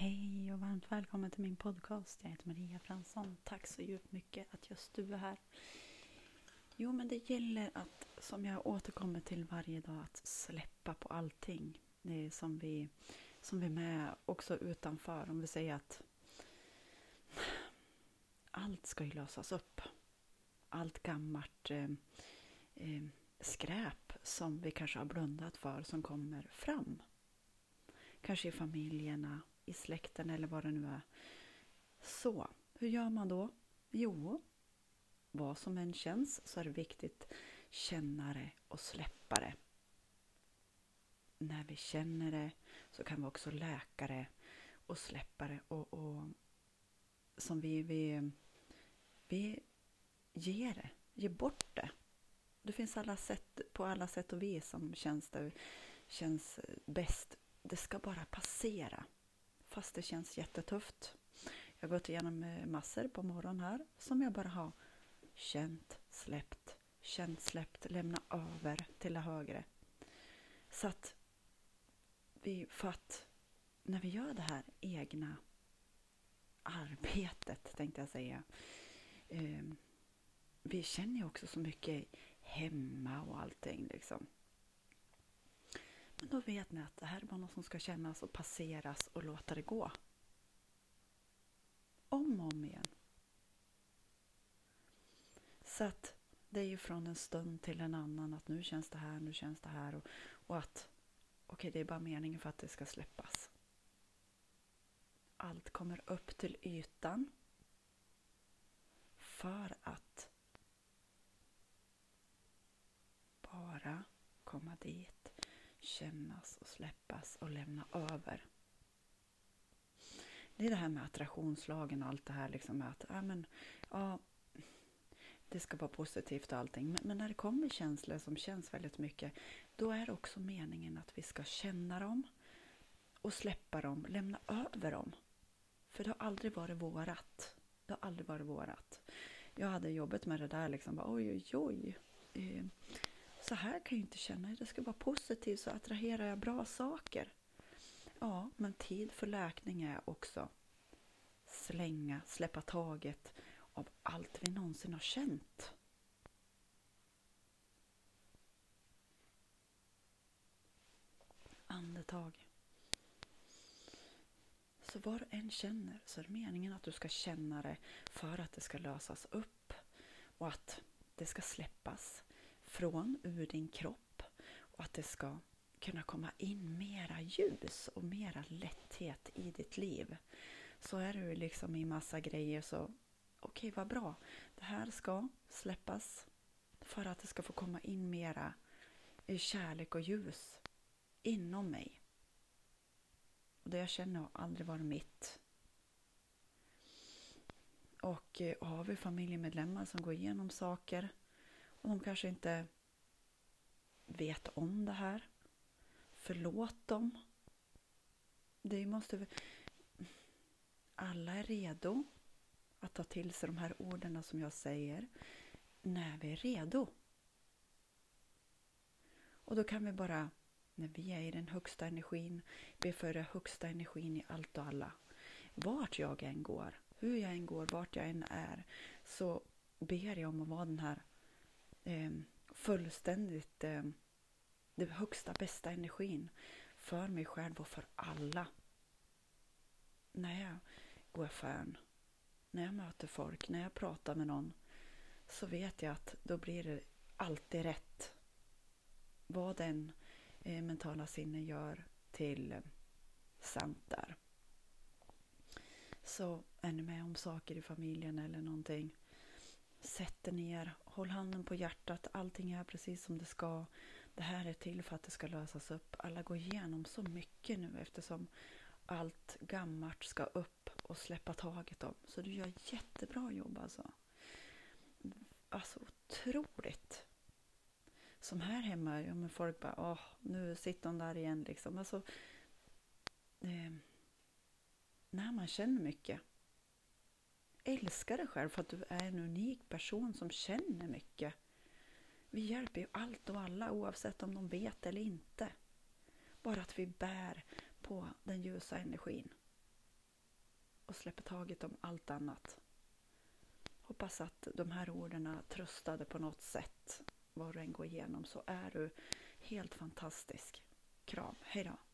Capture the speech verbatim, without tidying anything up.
Hej och varmt välkommen till min podcast. Jag heter Maria Fransson. Tack så djupt mycket att just du är här. Jo, men det gäller att, som jag återkommer till varje dag, att släppa på allting. Det är som vi, som vi är med också utanför. Om vi säger att allt ska ju lösas upp. Allt gammalt eh, eh, skräp som vi kanske har blundat för som kommer fram. Kanske i familjerna, i släkten eller vad det nu är. Så, hur gör man då? Jo, vad som än känns så är det viktigt känna det och släppa det. När vi känner det så kan vi också läka det och släppa det. Och, och som vi, vi, vi ger det, ger bort det. Det finns alla sätt, på alla sätt och vis som känns, det, känns bäst. Det ska bara passera. Fast det känns jättetufft. Jag har gått igenom massor på morgonen här som jag bara har känt, släppt, känt, släppt, lämna över till det högre. Så att vi, för att när vi gör det här egna arbetet, tänkte jag säga. Eh, vi känner ju också så mycket hemma och allting liksom. Men då vet ni att det här är bara något som ska kännas och passeras och låta det gå. Om och om igen. Så att det är ju från en stund till en annan att nu känns det här, nu känns det här. Och, och att okej, okay, det är bara meningen för att det ska släppas. Allt kommer upp till ytan. För att bara komma dit. Kännas och släppas och lämna över. Det är det här med attraktionslagen och allt det här liksom med att ja, men, ja, det ska vara positivt och allting. Men, men när det kommer känslor som känns väldigt mycket, då är det också meningen att vi ska känna dem och släppa dem, lämna över dem. För det har aldrig varit vårat. Det har aldrig varit vårat. Jag hade jobbat med det där liksom, bara, oj oj oj. Eh, Så här kan jag inte känna. Det ska vara positivt, så attraherar jag bra saker. Ja, men tid för läkning är också slänga, släppa taget av allt vi någonsin har känt. Andetag. Så vad du än känner så är det meningen att du ska känna det för att det ska lösas upp och att det ska släppas från ur din kropp och att det ska kunna komma in mera ljus och mera lätthet i ditt liv. Så är du liksom i massa grejer så okej, okay, vad bra. Det här ska släppas för att det ska få komma in mera kärlek och ljus inom mig. Och det jag känner har aldrig varit mitt. Och, och har vi familjemedlemmar som går igenom saker och de kanske inte vet om det här. Förlåt dem. Det måste alla är redo att ta till sig de här orden som jag säger när vi är redo. Och då kan vi bara, när vi är i den högsta energin, be för den högsta energin i allt och alla. Vart jag än går, hur jag än går, vart jag än är, så ber jag om att vara den här eh, fullständigt eh, den högsta, bästa energin för mig själv och för alla. När jag går affären, när jag möter folk, när jag pratar med någon, så vet jag att då blir det alltid rätt. Vad den eh, mentala sinnen gör till eh, sant där. Så är ni med om saker i familjen eller någonting, sätt er ner, håll handen på hjärtat, allting är precis som det ska. Det här är till för att det ska lösas upp. Alla går igenom så mycket nu eftersom allt gammalt ska upp och släppa taget om. Så du gör jättebra jobb alltså. Alltså otroligt. Som här hemma, ja, men folk bara, åh, nu sitter hon där igen liksom. Alltså, eh, när man känner mycket. Älskar dig själv för att du är en unik person som känner mycket. Vi hjälper ju allt och alla oavsett om de vet eller inte. Bara att vi bär på den ljusa energin. och släpper taget om allt annat. Hoppas att de här orden tröstade på något sätt. Vad du än går igenom så är du helt fantastisk. Kram, hej då!